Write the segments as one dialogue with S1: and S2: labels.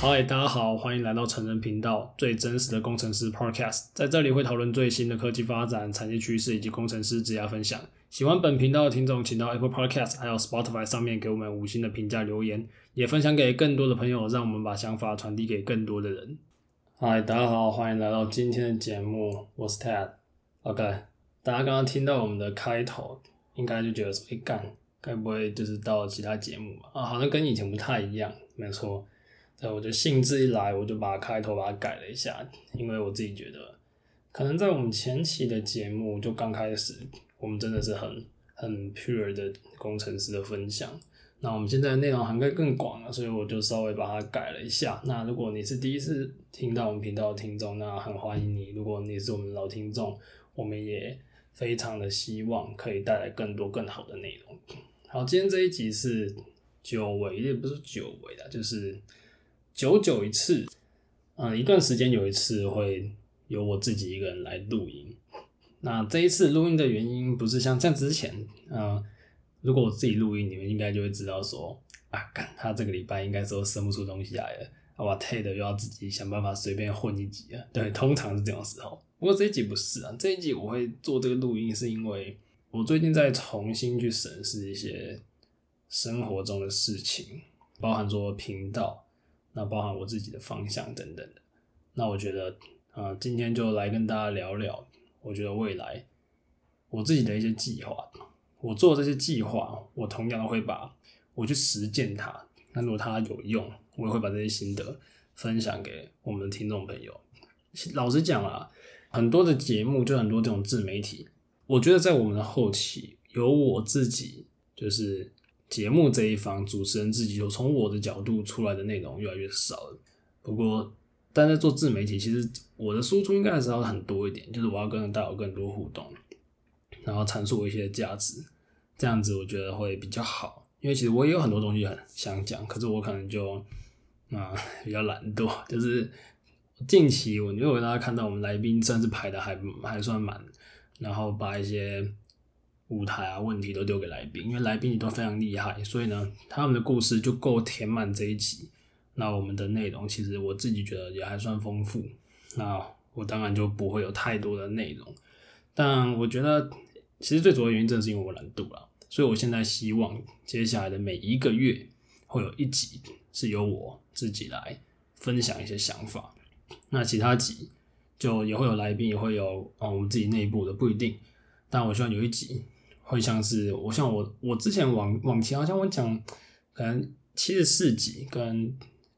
S1: 嗨，大家好，欢迎来到成人频道，最真实的工程师 Podcast。在这里会讨论最新的科技发展、产业趋势以及工程师职涯分享。喜欢本频道的听众，请到 Apple Podcast 还有 Spotify 上面给我们5星的评价留言，也分享给更多的朋友，让我们把想法传递给更多的人。嗨，大家好，欢迎来到今天的节目，我是 Ted。OK， 大家刚刚听到我们的开头，应该就觉得说，该不会就是到了其他节目嘛？好像跟以前不太一样，没错。对，我就兴致一来，我就把开头把它改了一下，因为我自己觉得，可能在我们前期的节目就刚开始，我们真的是很 pure 的工程师的分享。那我们现在的内容涵盖更广了，所以我就稍微把它改了一下。那如果你是第一次听到我们频道的听众，那很欢迎你；如果你是我们的老听众，我们也非常的希望可以带来更多更好的内容。好，今天这一集是久违，也不是久违啦，就是久一次，一段时间有一次会由我自己一个人来录音。那这一次录音的原因不是像之前，如果我自己录音，你们应该就会知道说，他这个礼拜应该说生不出东西来了，我 Ted 又要自己想办法随便混一集了。对，通常是这种时候。不过这一集不是啊，这一集我会做这个录音，是因为我最近在重新去审视一些生活中的事情，包含说频道。那包含我自己的方向等等的，那我觉得，今天就来跟大家聊聊，我觉得未来我自己的一些计划，我做这些计划，我同样会把我去实践它，那如果它有用，我也会把这些心得分享给我们的听众朋友。老实讲啊，很多的节目，就很多这种自媒体，我觉得在我们的后期，有我自己就是节目这一方主持人自己有从我的角度出来的内容越来越少了。不过但在做自媒体，其实我的输出应该还是要很多一点，就是我要跟大家有更多互动，然后阐述我一些价值，这样子我觉得会比较好。因为其实我也有很多东西很想讲，可是我可能就比较懒惰，就是近期我因为大家看到我们来宾算是排的还算满，然后把一些舞台问题都丢给来宾，因为来宾也都非常厉害，所以呢，他们的故事就够填满这一集。那我们的内容其实我自己觉得也还算丰富，那我当然就不会有太多的内容。但我觉得其实最主要的原因真的是因为我懒惰啦，所以我现在希望接下来的每一个月会有一集是由我自己来分享一些想法，那其他集就也会有来宾，也会有我们自己内部的，不一定。但我希望有一集会像我之前往前好像我讲可能74集跟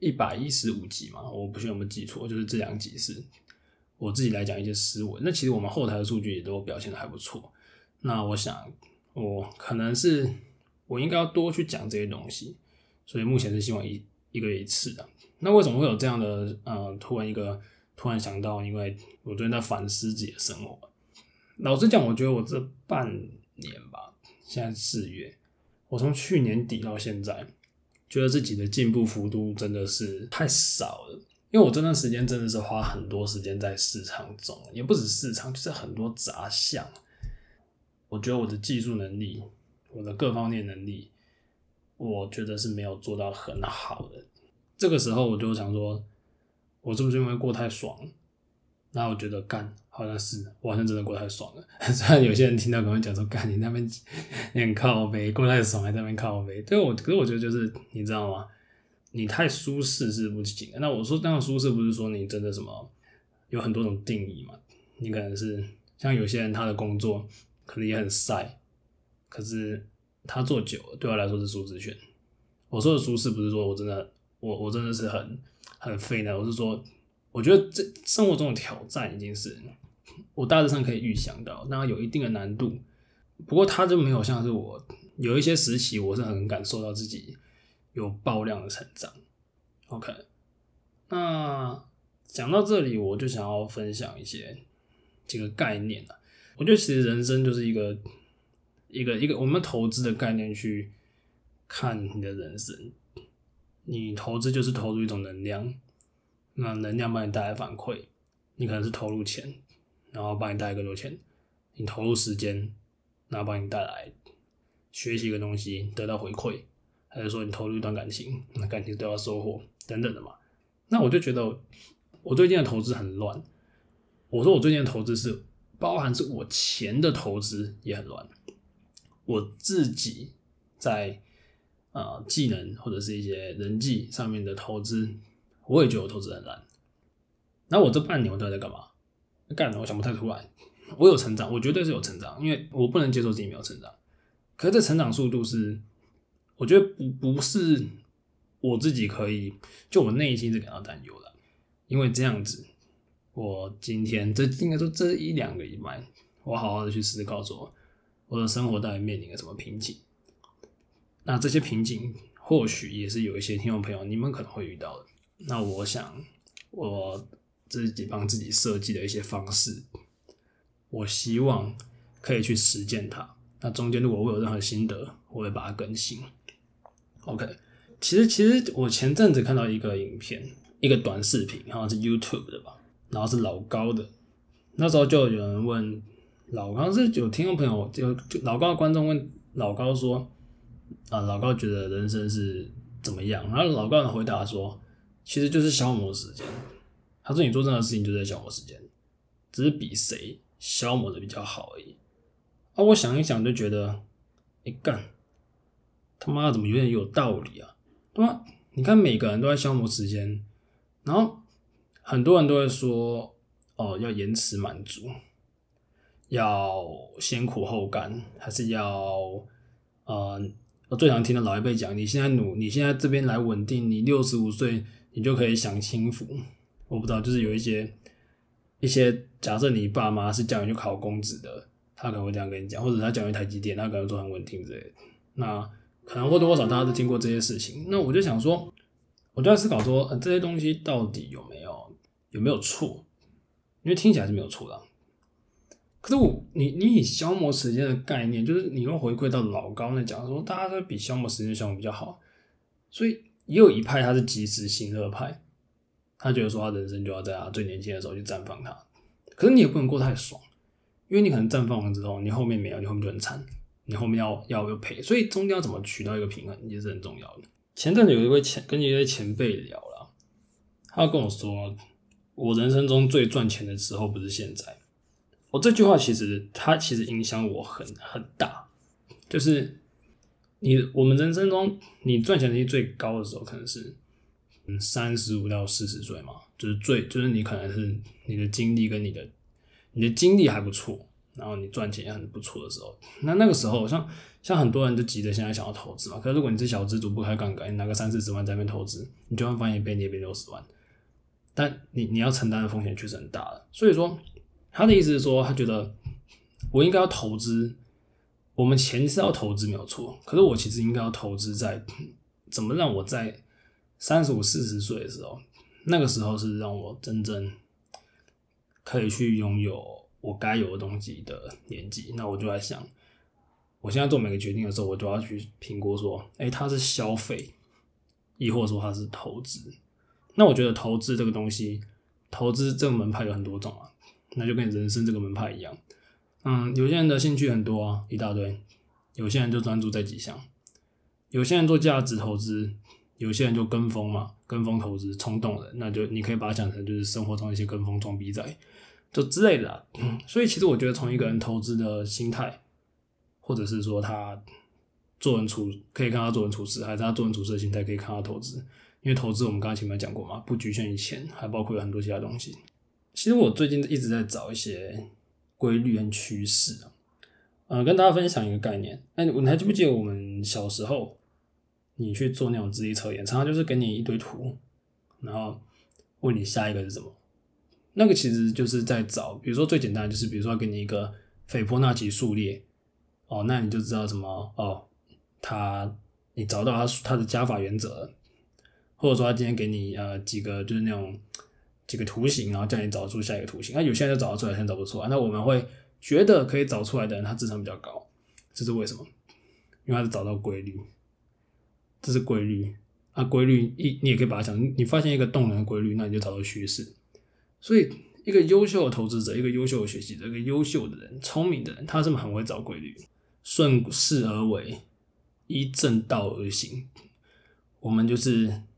S1: 115集嘛，我不确定有没有记错，就是这2集是我自己来讲一些思维。那其实我们后台的数据也都表现得还不错。那我想我可能是我应该要多去讲这些东西，所以目前是希望一个月一次的。那为什么会有这样的突然想到，因为我最近在反思自己的生活。老实讲，我觉得我这半年吧，现在4月，我从去年底到现在，觉得自己的进步幅度真的是太少了。因为我这段时间真的是花很多时间在市场中，也不止市场，就是很多杂项。我觉得我的技术能力，我的各方面能力，我觉得是没有做到很好的。这个时候我就想说，我是不是因为过太爽了？那我觉得好像是我好像真的过太爽了。虽然有些人听到可能会讲说，你那边你很靠北，过太爽还在那边靠北。对，可是我觉得就是你知道吗？你太舒适是不行的。那我说这样舒适不是说你真的什么有很多种定义嘛？你可能是像有些人他的工作可能也很晒，可是他做久了对我来说是舒适圈。我说的舒适不是说我真的是很废的，我是说我觉得这生活中的挑战已经是我大致上可以预想到，那有一定的难度。不过它就没有像是我有一些时期，我是很感受到自己有爆量的成长。OK， 那讲到这里，我就想要分享几个概念啊。我觉得其实人生就是一个我们投资的概念去看你的人生。你投资就是投入一种能量，那能量帮你带来反馈，你可能是投入钱，然后帮你带来更多钱；你投入时间，然后帮你带来学习一个东西，得到回馈；还是说你投入一段感情，那感情得到收获等等的嘛。 那我就觉得我最近的投资很乱。我说我最近的投资是包含是我钱的投资也很乱，我自己在技能或者是一些人际上面的投资，我也觉得我投资很烂。那我这半年我到底在干嘛？干了，我想不太出来。我有成长，我绝对是有成长，因为我不能接受自己没有成长。可是这成长速度是，我觉得不是我自己可以，就我内心是感到担忧的。因为这样子，我今天应该说这1-2个礼拜，我好好的去思考说，我的生活到底面临了什么瓶颈。那这些瓶颈或许也是有一些听众朋友你们可能会遇到的。那我想我自己帮自己设计的一些方式，我希望可以去实践它。那中间如果我有任何心得，我会把它更新。OK， 其实我前阵子看到一个影片，一个短视频，好像是 YouTube 的吧，然后是老高的。那时候就有人问老高，是有听众朋友就老高的观众问老高说，老高觉得人生是怎么样？然后老高的回答说，其实就是消磨时间。他说你做任何事情就是在消磨时间，只是比谁消磨的比较好而已。我想一想就觉得，干，他妈怎么有点有道理啊？对吧？你看每个人都在消磨时间，然后很多人都会说，要延迟满足，要先苦后甘，还是要我最常听的老一辈讲，你现在这边来稳定，你65岁你就可以享清福。我不知道，就是有一些假设你爸妈是叫你去考公职的，他可能会这样跟你讲，或者他叫你台积电，他可能说很稳定之类的。那可能或多或少大家都经过这些事情。那我就想说，我就在思考说，这些东西到底有没有错？因为听起来是没有错的。可是你以消磨时间的概念，就是你又回馈到老高那讲说，大家都比消磨时间消磨比较好，所以也有一派他是及时行乐派，他觉得说他人生就要在他最年轻的时候去绽放它。可是你也不能过太爽，因为你可能绽放完之后，你后面没有，你后面就很惨，你后面要赔，所以中间要怎么取到一个平衡也是很重要的。前阵子有跟一位前辈聊啦，他跟我说，我人生中最赚钱的时候不是现在。这句话其实影响我很大，就是我们人生中你赚钱能力最高的时候，可能是35到40岁嘛，就是你可能是你的精力跟你的精力还不错，然后你赚钱也很不错的时候，那个时候像很多人就急着现在想要投资嘛，可是如果你是小资主不开杠杆，你拿个30-40万在那边投资，你就算翻一倍你也变60万，但你要承担的风险确实很大的。所以说他的意思是说，他觉得我应该要投资，我们钱是要投资没有错，可是我其实应该要投资在怎么让我在35-40岁的时候，那个时候是让我真正可以去拥有我该有的东西的年纪。那我就在想，我现在做每个决定的时候，我都要去评估说，它是消费，亦或说它是投资。那我觉得投资这个东西，投资这个门派有很多种啊，那就跟人生这个门派一样。有些人的兴趣很多啊，一大堆，有些人就专注在几项，有些人做价值投资，有些人就跟风嘛，跟风投资，冲动的，那就你可以把它讲成就是生活中一些跟风装逼仔，就之类的啦。所以其实我觉得从一个人投资的心态，或者是说他可以看他做人处事，还是他做人处事的心态可以看他投资。因为投资我们刚才前面讲过嘛，不局限于钱，还包括有很多其他东西。其实我最近一直在找一些规律跟趋势跟大家分享一个概念。你还记不记得我们小时候你去做那种智力测验，常常就是给你一堆图，然后问你下一个是什么。那个其实就是在找，比如说最简单的就是比如说要给你一个斐波那契数列那你就知道什么你找到它的加法原则了，或者说他今天给你几个就是那种几个图形，然后叫你找出下一个图形。那有些人就找得出来，有些人找不出来。那我们会觉得可以找出来的人，他智商比较高，这是为什么？因为他是找到规律，这是规律规律你也可以把它想，你发现一个动能的规律，那你就找到趋势。所以一个优秀的投资者，一个优秀的学习者，一个优秀的人，聪明的人，他是很会找规律，顺势而为，依正道而行。我们就是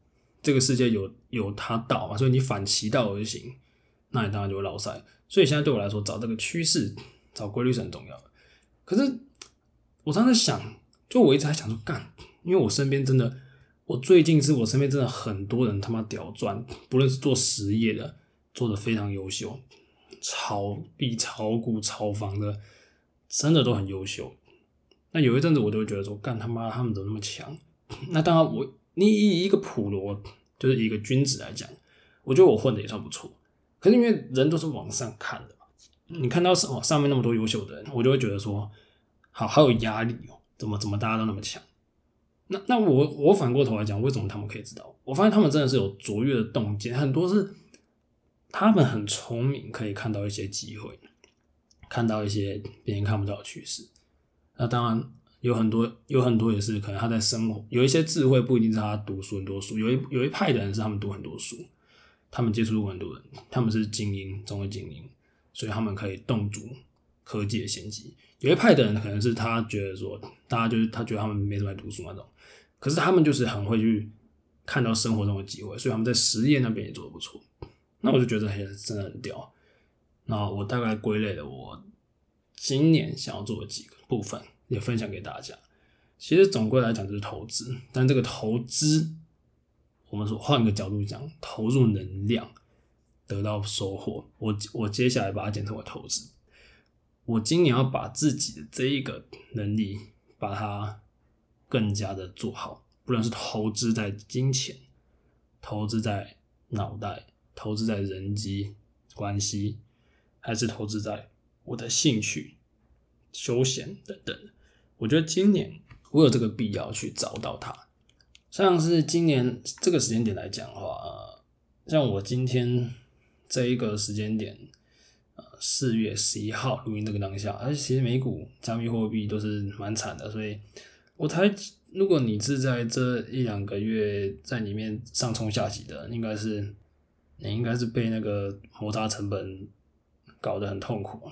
S1: 这个世界有它道嘛，所以你反其道而行，那你当然就会落赛。所以现在对我来说，找这个趋势、找规律是很重要的。可是我常常在想，就我一直在想说，因为我身边真的，我最近是我身边真的很多人他妈屌赚，不论是做实业的，做得非常优秀，炒币、炒股、炒房的，真的都很优秀。那有一阵子我就会觉得说，他妈他们怎么那么强？那当然你以一个普罗，就是以一个君子来讲，我觉得我混的也算不错。可是因为人都是往上看的嘛，你看到上面那么多优秀的人，我就会觉得说，好有压力哦，怎么大家都那么强？那我反过头来讲，为什么他们可以知道？我发现他们真的是有卓越的洞见，很多是他们很聪明，可以看到一些机会，看到一些别人看不到的趋势。那当然有很多也是可能他在生活有一些智慧，不一定是他读书很多书，有一派的人是他们读很多书，他们接触过很多人，他们是精英中的精英，所以他们可以洞烛科技的先机。有一派的人可能是他觉得说，他觉得他们没什么在读书那种，可是他们就是很会去看到生活中的机会，所以他们在实业那边也做得不错。那我就觉得真的很屌。那我大概归类了我今年想要做的几个部分，也分享给大家。其实总归来讲就是投资，但这个投资，我们说换个角度讲，投入能量得到收获，我接下来把它简称为投资。我今年要把自己的这一个能力，把它更加的做好，不论是投资在金钱，投资在脑袋，投资在人际关系，还是投资在我的兴趣、休闲等等。我觉得今年我有这个必要去找到它。像是今年这个时间点来讲的话，像我今天这一个时间点，4月11号录音这个当下，而且其实美股、加密货币都是蛮惨的，所以我猜，如果你是在这1-2个月在里面上冲下洗的，你应该是被那个摩擦成本搞得很痛苦。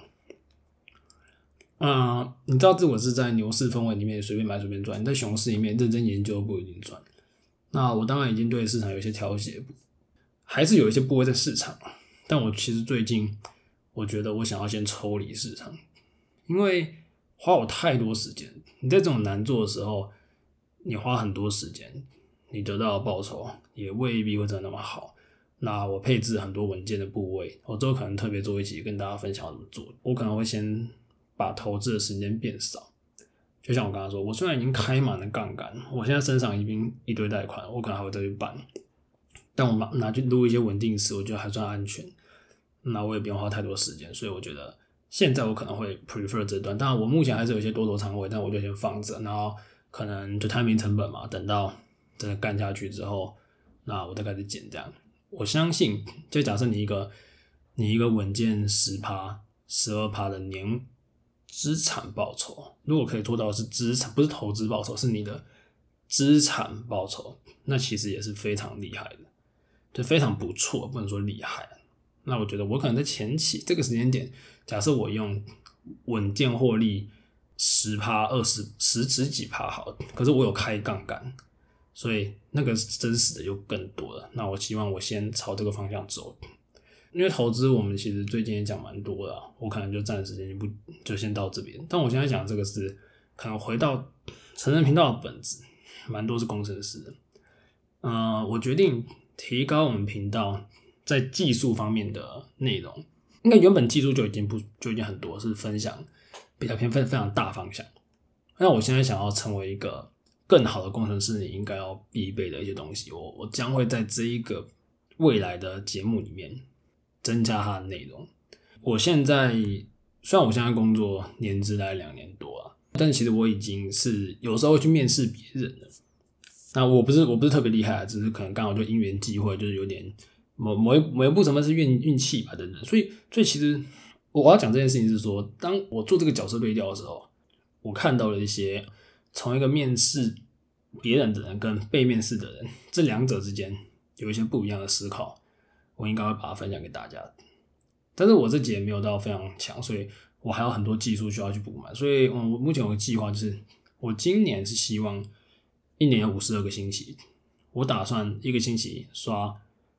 S1: 你知道这我是在牛市氛围里面随便买随便赚，你在熊市里面认真研究不一定赚。那我当然已经对市场有一些调节，还是有一些部位在市场，但我其实最近我觉得我想要先抽离市场，因为花我太多时间。你在这种难做的时候，你花很多时间，你得到的报酬也未必会真的那么好。那我配置很多稳健的部位，我之后可能特别做一集跟大家分享怎么做。我可能会先把投资的时间变少，就像我刚刚说，我虽然已经开满了杠杆，我现在身上已经一堆贷款，我可能还会再去办，但我拿去录一些稳定时，我觉得还算安全，那我也不用花太多时间，所以我觉得现在我可能会 prefer 这段。当然我目前还是有一些多头仓位，但我就先放着，然后可能就摊平成本嘛，等到真的干下去之后，那我再开始减这样。我相信就假设你一个稳健 10%、12% 的年资产报酬，如果可以做到的是资产，不是投资报酬，是你的资产报酬，那其实也是非常厉害的，就非常不错，不能说厉害。那我觉得我可能在前期这个时间点，假设我用稳健获利 10%、20%、十几%好，可是我有开杠杆，所以那个真实的又更多了。那我希望我先朝这个方向走。因为投资我们其实最近也讲蛮多的我可能就暂时就先到这边。但我现在讲这个是可能回到成人频道的本质，蛮多是工程师的。我决定提高我们频道在技术方面的内容，应该原本技术就已经很多，是分享比较偏非常大方向。那我现在想要成为一个更好的工程师，你应该要必备的一些东西，我将会在这一个未来的节目里面增加它的内容。虽然我现在工作年资大概2年多但其实我已经是有时候会去面试别人了。那我不是特别厉害只是可能刚好就因缘际会，就是有点某一部什么是运气吧等等。所以其实我要讲这件事情是说，当我做这个角色对调的时候，我看到了一些从一个面试别人的人跟被面试的人这两者之间有一些不一样的思考，我应该会把它分享给大家。但是我这集也没有到非常强，所以我还有很多技术需要去补满。所以我目前有个计划，就是我今年是希望1年有52个星期， 我打算一个星期刷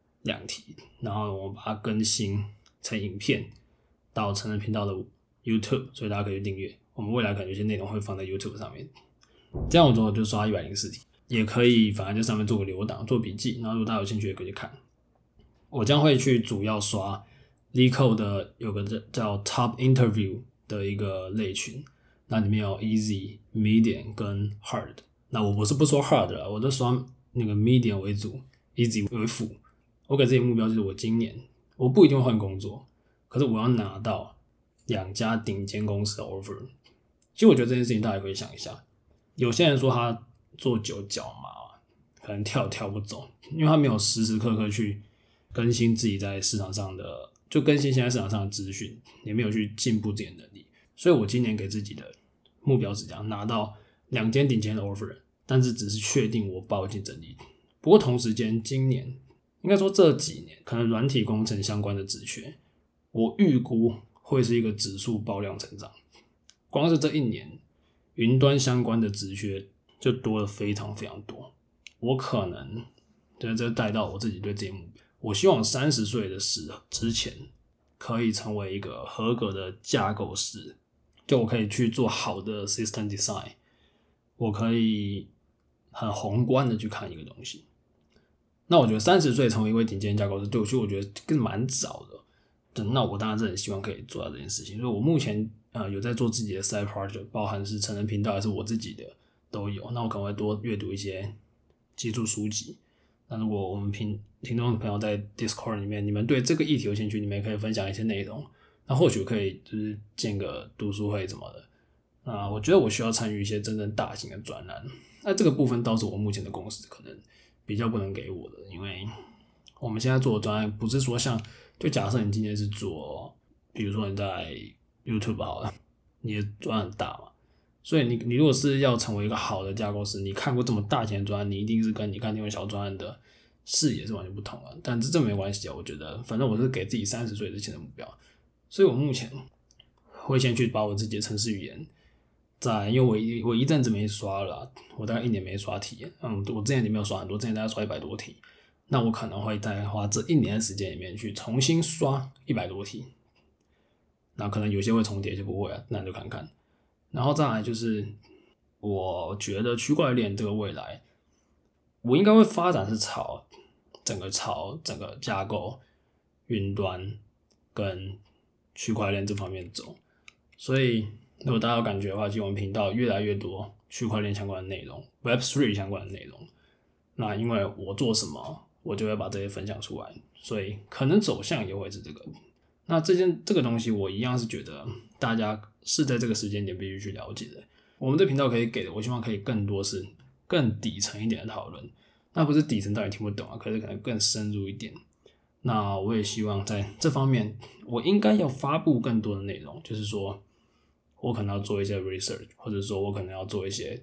S1: 2题，然后我把它更新成影片到成人频道的 YouTube， 所以大家可以去订阅。我们未来可能有些内容会放在 YouTube 上面，这样我就刷104题，也可以反正就上面做个留档做笔记，然后如果大家有兴趣也可以去看。我将会去主要刷 LeetCode 的有个叫 Top Interview 的一个类群，那里面有 Easy、Medium 跟 Hard。那我不是不说 Hard 啦，我就刷那个 Medium 为主 ，Easy 为辅。我给自己目标就是我今年我不一定会换工作，可是我要拿到2家顶尖公司的 offer。其实我觉得这件事情大家可以想一下，有些人说他做久脚麻，可能跳不走，因为他没有时时刻刻去更新自己在市场上的，就更新现在市场上的资讯，也没有去进步自己的能力。所以我今年给自己的目标是这样，拿到2间顶尖的 offer， 但是只是确定我报竞争力。不过同时间，今年应该说这几年，可能软体工程相关的职缺，我预估会是一个指数爆量成长。光是这1年，云端相关的职缺就多了非常非常多。我可能这带到我自己对自己目标，我希望30岁的之前可以成为一个合格的架构师，就我可以去做好的 system design， 我可以很宏观的去看一个东西。那我觉得30岁成为一位顶尖架构师，对我觉得更蛮早的。那我当然是很希望可以做到这件事情，所以我目前有在做自己的 side project， 包含是成人频道还是我自己的都有。那我可能会多阅读一些技术书籍。那如果我们听众的朋友在 Discord 里面，你们对这个议题有兴趣，你们也可以分享一些内容。那或许可以就是建个读书会什么的。那我觉得我需要参与一些真正大型的专栏。那这个部分倒是我目前的公司可能比较不能给我的，因为我们现在做的专案不是说像，就假设你今天是做，比如说你在 YouTube 好了，你的专案很大嘛，所以你如果是要成为一个好的架构师，你看过这么大型的专案，你一定是跟你看那种小专案的视野是完全不同的。但这没关系啊，我觉得反正我是给自己30岁之前的目标，所以我目前会先去把我自己的程式语言，因为我一阵子没刷了啦，我大概1年没刷题，我之前也没有刷很多，之前大概刷100多题，那我可能会再花这1年的时间里面去重新刷100多题，那可能有些会重叠，就不会啊，那就看看。然后再来就是，我觉得区块链这个未来，我应该会发展是朝整个架构、云端跟区块链这方面走。所以如果大家有感觉的话，其实我们频道越来越多区块链相关的内容 ，Web3 相关的内容。那因为我做什么，我就会把这些分享出来，所以可能走向也会是这个。那这个东西，我一样是觉得大家是在这个时间点必须去了解的。我们这频道可以给的，我希望可以更多是更底层一点的讨论。那不是底层到底听不懂啊，可是可能更深入一点。那我也希望在这方面，我应该要发布更多的内容，就是说我可能要做一些 research， 或者说我可能要做一些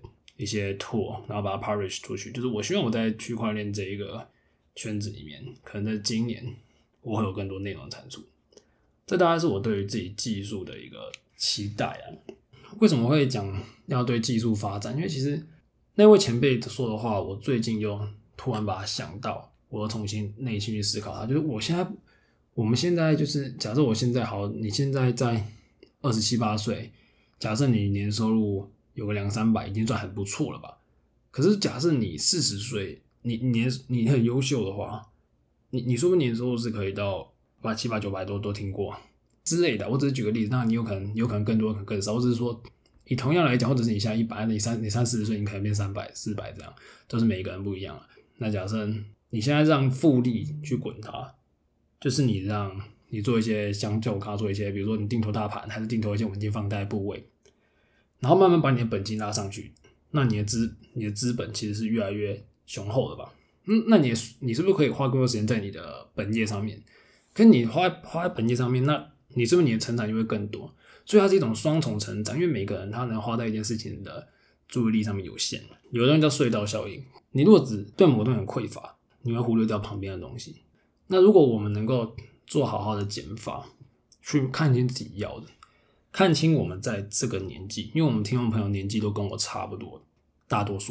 S1: tool， 然后把它 publish 出去。就是我希望我在区块链这一个圈子里面，可能在今年我会有更多内容产出。这大概是我对于自己技术的一个期待啊。为什么会讲要对技术发展？因为其实那位前辈说的话，我最近又突然把它想到，我又重新内心去思考它。就是我们现在就是假设我现在好，你现在在27、28岁，假设你年收入有个200-300，已经算很不错了吧？可是假设你40岁，你很优秀的话，你说不定年收入是可以到700、900都听过之类的。我只是举个例子，那你有可能更多，可能更少。或者是说，以同样来讲，或者是你现在100，你30岁，你可能变300、400这样，都是每个人不一样啊。那假设你现在让复利去滚它，就是你做一些像我刚刚做一些，比如说你定投大盘，还是定投一些稳定放贷部位，然后慢慢把你的本金拉上去，那你的资本其实是越来越雄厚的吧？那你是不是可以花更多时间在你的本业上面？跟你花在本业上面，那你是不是你的成长就会更多？所以它是一种双重成长，因为每个人他能花在一件事情的注意力上面有限。有的人叫隧道效应，你如果只对某个东西很匮乏，你会忽略掉旁边的东西。那如果我们能够做好好的减法，去看清自己要的，看清我们在这个年纪，因为我们听众朋友年纪都跟我差不多，大多数啦，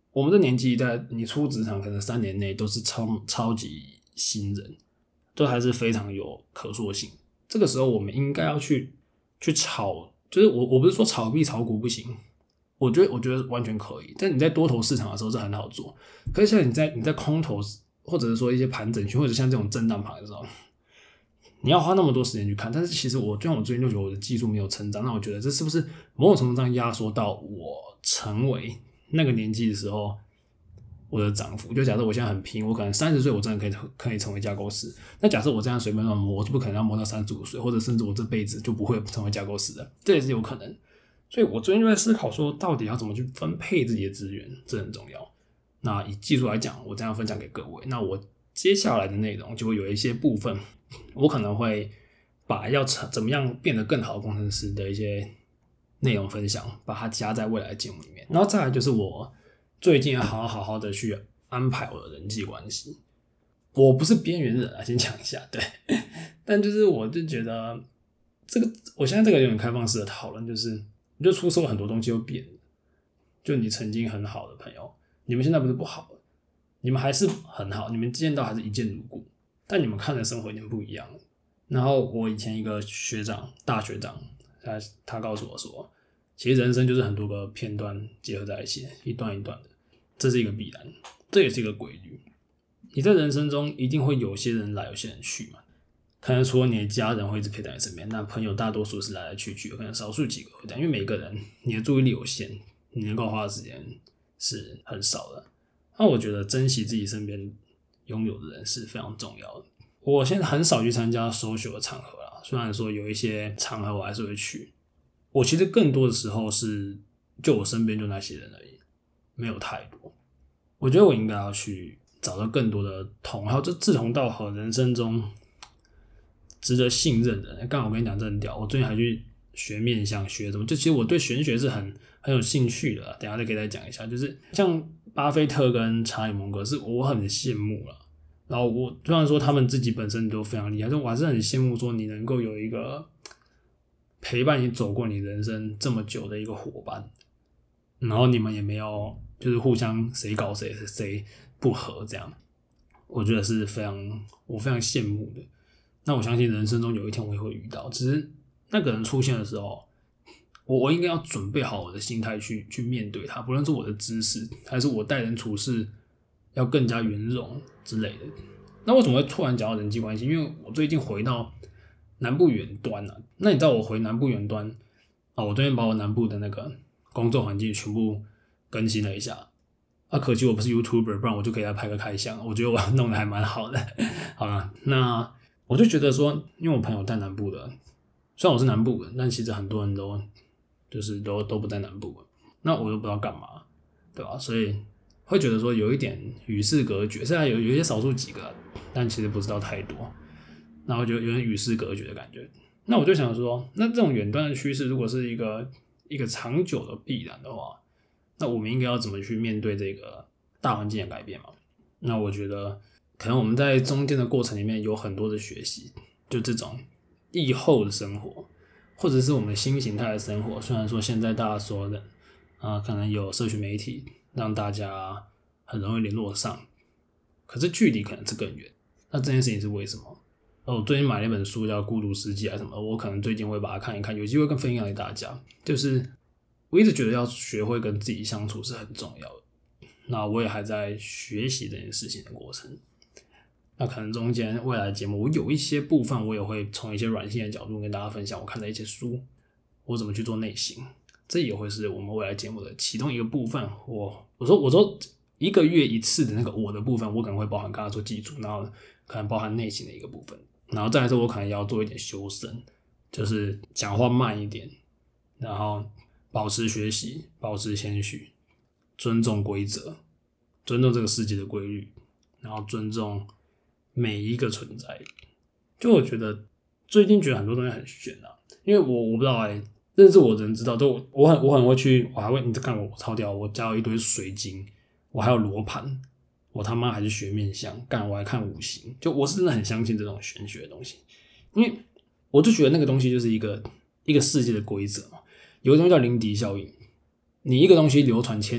S1: 我们这年纪在你出职场可能3年内都是超级新人，都还是非常有可塑性。这个时候我们应该要去炒，就是我不是说炒币炒股不行，我觉得完全可以。但你在多头市场的时候这很好做，可是现在你在空头或者是说一些盘整区或者像这种震荡盘的时候，你要花那么多时间去看。但是其实我最近就觉得我的技术没有成长，那我觉得这是不是某种程度上压缩到我成为那个年纪的时候我的涨幅？就假设我现在很拼，我可能30岁我真的可以成为架构师。那假设我这样随便乱摸，我就不可能要摸到35岁，或者甚至我这辈子就不会成为架构师的，这也是有可能。所以我最近就在思考说，到底要怎么去分配自己的资源，这很重要。那以技术来讲，我这样分享给各位。那我接下来的内容就会有一些部分，我可能会把要怎么样变得更好的工程师的一些内容分享，把它加在未来的节目里面。然后再来就是我最近要好好的去安排我的人际关系。我不是边缘人啊，先讲一下，对。但就是我就觉得我现在这个有点开放式的讨论，就是你就出社会很多东西会变，就你曾经很好的朋友，你们现在不是不好了，你们还是很好，你们见到还是一见如故，但你们看的生活有点不一样了。然后我以前一个大学长，他告诉我说，其实人生就是很多个片段结合在一起，一段一段的，这是一个必然，这也是一个规律。你在人生中一定会有些人来，有些人去嘛。可能除了你的家人会一直陪在你身边，那朋友大多数是来来去去，可能少数几个会这样，因为每个人你的注意力有限，你能够花的时间是很少的。那我觉得珍惜自己身边拥有的人是非常重要的。我现在很少去参加 social 的场合啦，虽然说有一些场合我还是会去，我其实更多的时候是就我身边就那些人而已，没有太多。我觉得我应该要去找到更多的还有这志同道合人生中值得信任的人。刚好我跟你讲，这很屌，我最近还去学面相，学什么，就其实我对玄学是很有兴趣的啦，等一下再给大家讲一下。就是像巴菲特跟查理蒙格是我很羡慕啦，然后我虽然说他们自己本身都非常厉害，但我还是很羡慕说你能够有一个陪伴你走过你人生这么久的一个伙伴，然后你们也没有就是互相谁搞谁不合这样，我觉得是我非常羡慕的。那我相信人生中有一天我也会遇到，只是那个人出现的时候，我应该要准备好我的心态去面对他，不论是我的知识还是我待人处事要更加圆融之类的。那为什么会突然讲到人际关系？因为我最近回到南部远端啊，那你知道我回南部远端啊，我最近把我南部的那个工作环境全部更新了一下。可惜我不是 YouTuber， 不然我就可以来拍个开箱。我觉得我弄得还蛮好的。好了，那我就觉得说，因为我朋友在南部的，虽然我是南部人，但其实很多人都不在南部，那我又不知道干嘛，对吧？所以会觉得说有一点与世隔绝，虽然有一些少数几个，但其实不知道太多，然后就有点与世隔绝的感觉。那我就想说，那这种远端的趋势，如果是一个长久的必然的话，那我们应该要怎么去面对这个大环境的改变嘛？那我觉得可能我们在中间的过程里面有很多的学习，就这种疫后的生活，或者是我们新形态的生活。虽然说现在大家说的可能有社群媒体让大家很容易联络上，可是距离可能是更远。那这件事情是为什么？我最近买了一本书叫《孤独世界》什么，我可能最近会把它看一看，有机会更分享给大家。就是我一直觉得要学会跟自己相处是很重要的，那我也还在学习这件事情的过程。那可能中间未来的节目，我有一些部分我也会从一些软性的角度跟大家分享我看的一些书，我怎么去做内省，这也会是我们未来节目的其中一个部分。我说1个月1次的那个我的部分，我可能会包含刚刚说基础，然后可能包含内省的一个部分，然后再来说我可能要做一点修身，就是讲话慢一点，然后保持学习，保持谦虚，尊重规则，尊重这个世界的规律，然后尊重每一个存在。就我觉得最近觉得很多东西很玄啊，因为我不知道认识我的人知道，就我很会去，我还会你看我超屌，我加了一堆水晶，我还有罗盘，我他妈还是学面相，我还看五行，就我是真的很相信这种玄学的东西，因为我就觉得那个东西就是一个世界的规则嘛。有一个东西叫临敌效应，你一个东西流传1000年，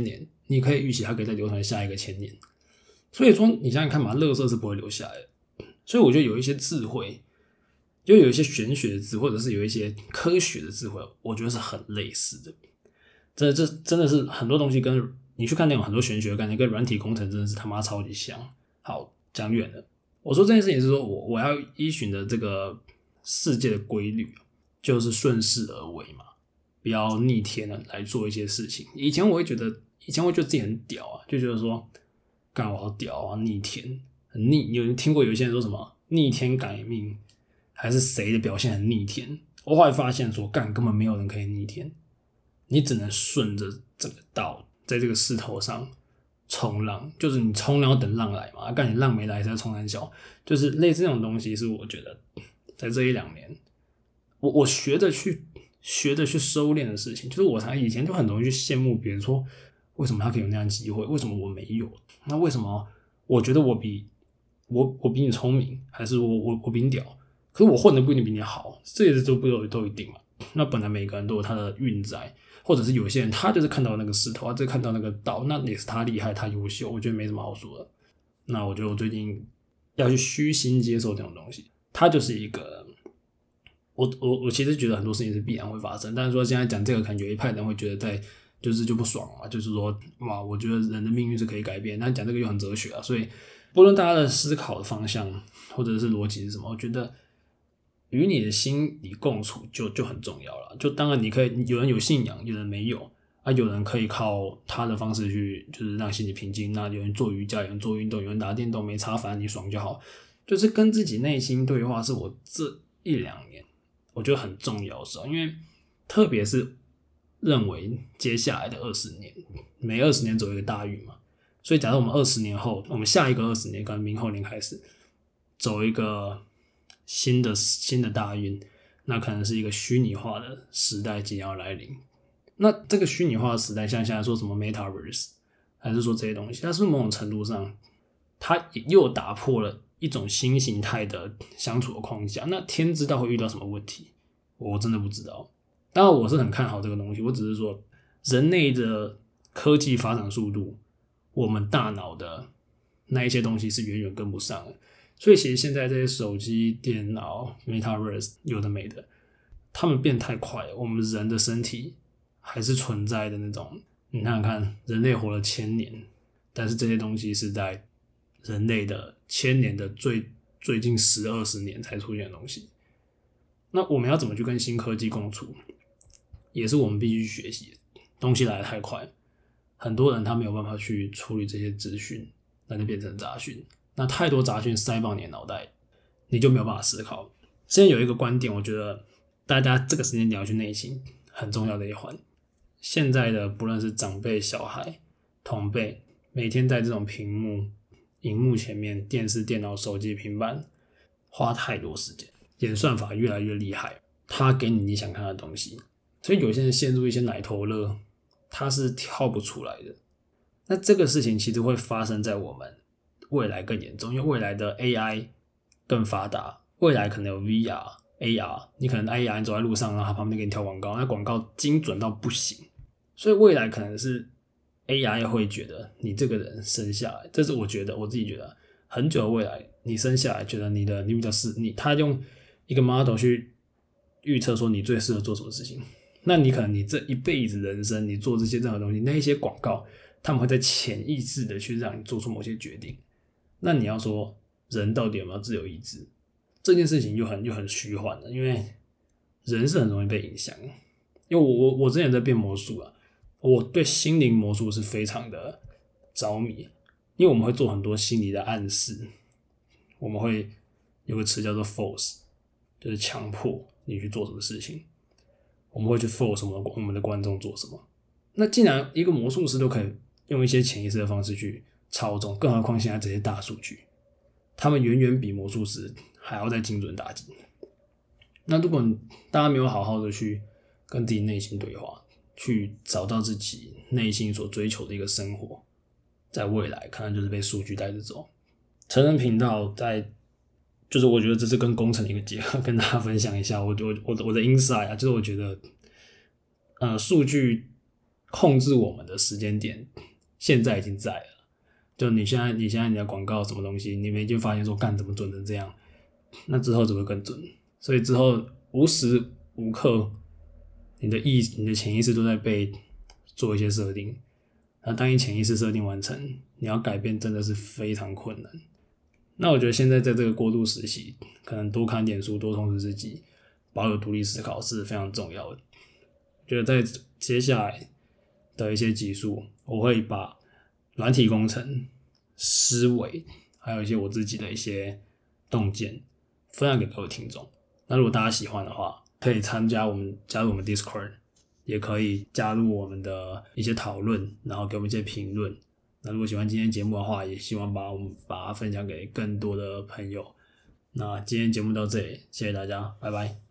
S1: 你可以预期它可以再流传下一个1000年。所以说你想想看嘛，垃圾是不会留下来的。所以我觉得有一些智慧，就有一些玄学的智慧，或者是有一些科学的智慧，我觉得是很类似的。这真的是很多东西跟你去看那种很多玄学的概念，跟软体工程真的是他妈超级像。好，讲远了。我说这件事情是说我要依循的这个世界的规律，就是顺势而为嘛，不要逆天了来做一些事情。以前我会觉得自己很屌啊，就觉得说干我好屌啊，逆天很逆。有人听过有一些人说什么逆天改命，还是谁的表现很逆天？我后来发现说干根本没有人可以逆天，你只能顺着这个道，在这个势头上冲浪，就是你冲浪要等浪来嘛，干你浪没来才冲三小，就是类似这种东西是我觉得在这1-2年我学着去收敛的事情。就是我以前就很容易去羡慕别人说为什么他可以有那样的机会，为什么我没有？那为什么我觉得我比你聪明，还是我比你屌？可是我混的不一定比你好，这也是都一定嘛。那本来每个人都有他的运在，或者是有些人他就是看到那个势头，他就是看到那个道，那也是他厉害，他优秀，我觉得没什么好说的。那我觉得我最近要去虚心接受这种东西，它就是一个我其实觉得很多事情是必然会发生，但是说现在讲这个，可能有一派人会觉得就不爽嘛，就是说哇，我觉得人的命运是可以改变，但讲这个又很哲学啊，所以不论大家的思考的方向或者是逻辑是什么，我觉得与你的心理共处就很重要了。就当然你可以有人有信仰，有人没有啊，有人可以靠他的方式去就是让心理平静，那有人做瑜伽，有人做运动，有人打电动，没差，反正你爽就好。就是跟自己内心对话，是我这1-2年我觉得很重要的时候，因为特别是认为接下来的20年，每20年走一个大运嘛，所以假如我们20年后，我们下一个20年，可能明后年开始走一个新的大运，那可能是一个虚拟化的时代即将要来临。那这个虚拟化的时代，像现在说什么 Metaverse， 还是说这些东西，它是某种程度上，它又打破了一种新形态的相处的框架。那天知道会遇到什么问题，我真的不知道。当然我是很看好这个东西，我只是说人类的科技发展速度，我们大脑的那一些东西是远远跟不上的。所以其实现在这些手机、电脑、Metaverse 有的没的，他们变太快了，我们人的身体还是存在的那种。你看看人类活了1000年，但是这些东西是在人类的1000年的最近10-20年才出现的东西。那我们要怎么去跟新科技共处，也是我们必须学习的。东西来得太快，很多人他没有办法去处理这些资讯，那就变成杂讯。那太多杂讯塞爆你的脑袋，你就没有办法思考。现在有一个观点，我觉得大家这个时间点要去内心，很重要的一环。现在的不论是长辈、小孩、同辈，每天在这种荧幕前面，电视、电脑、手机、平板，花太多时间，演算法越来越厉害，它给你想看的东西，所以有些人陷入一些奶头乐，它是跳不出来的。那这个事情其实会发生在我们未来更严重，因为未来的 AI 更发达，未来可能有 VR、AR， 你可能 AR 你走在路上，然后它旁边给你跳广告，那广告精准到不行，所以未来可能是 AI 会觉得你这个人生下来，这是我自己觉得很久的未来，你生下来觉得你比较他用一个 model 去预测说你最适合做什么事情，那你可能你这一辈子人生你做这些任何东西，那一些广告他们会在潜意识的去让你做出某些决定。那你要说人到底有没有自由意志，这件事情又很虚幻的，因为人是很容易被影响。因为我之前在变魔术啊，我对心灵魔术是非常的着迷，因为我们会做很多心理的暗示，我们会有个词叫做 force， 就是强迫你去做什么事情，我们会去 force 我们的观众做什么。那既然一个魔术师都可以用一些潜意识的方式去操纵，更何况现在这些大数据，他们远远比魔术师还要再精准打击。那如果大家没有好好的去跟自己内心对话，去找到自己内心所追求的一个生活，在未来可能就是被数据带着走。成人频道就是我觉得这是跟工程的一个结合，跟大家分享一下我的 insight 啊，就是我觉得数据控制我们的时间点现在已经在了。就你现在你的广告什么东西，你们就发现说干怎么准成这样，那之后只会更准。所以之后无时无刻你的潜意识都在被做一些设定。那当你潜意识设定完成，你要改变真的是非常困难。那我觉得现在在这个过渡时期，可能多看点书，多充实自己，保有独立思考是非常重要的。觉得在接下来的一些集数，我会把软体工程思维，还有一些我自己的一些洞见分享给各位听众。那如果大家喜欢的话，可以加入我们 Discord， 也可以加入我们的一些讨论，然后给我们一些评论。那如果喜欢今天节目的话，也希望我们把它分享给更多的朋友。那今天节目到这里，谢谢大家，拜拜。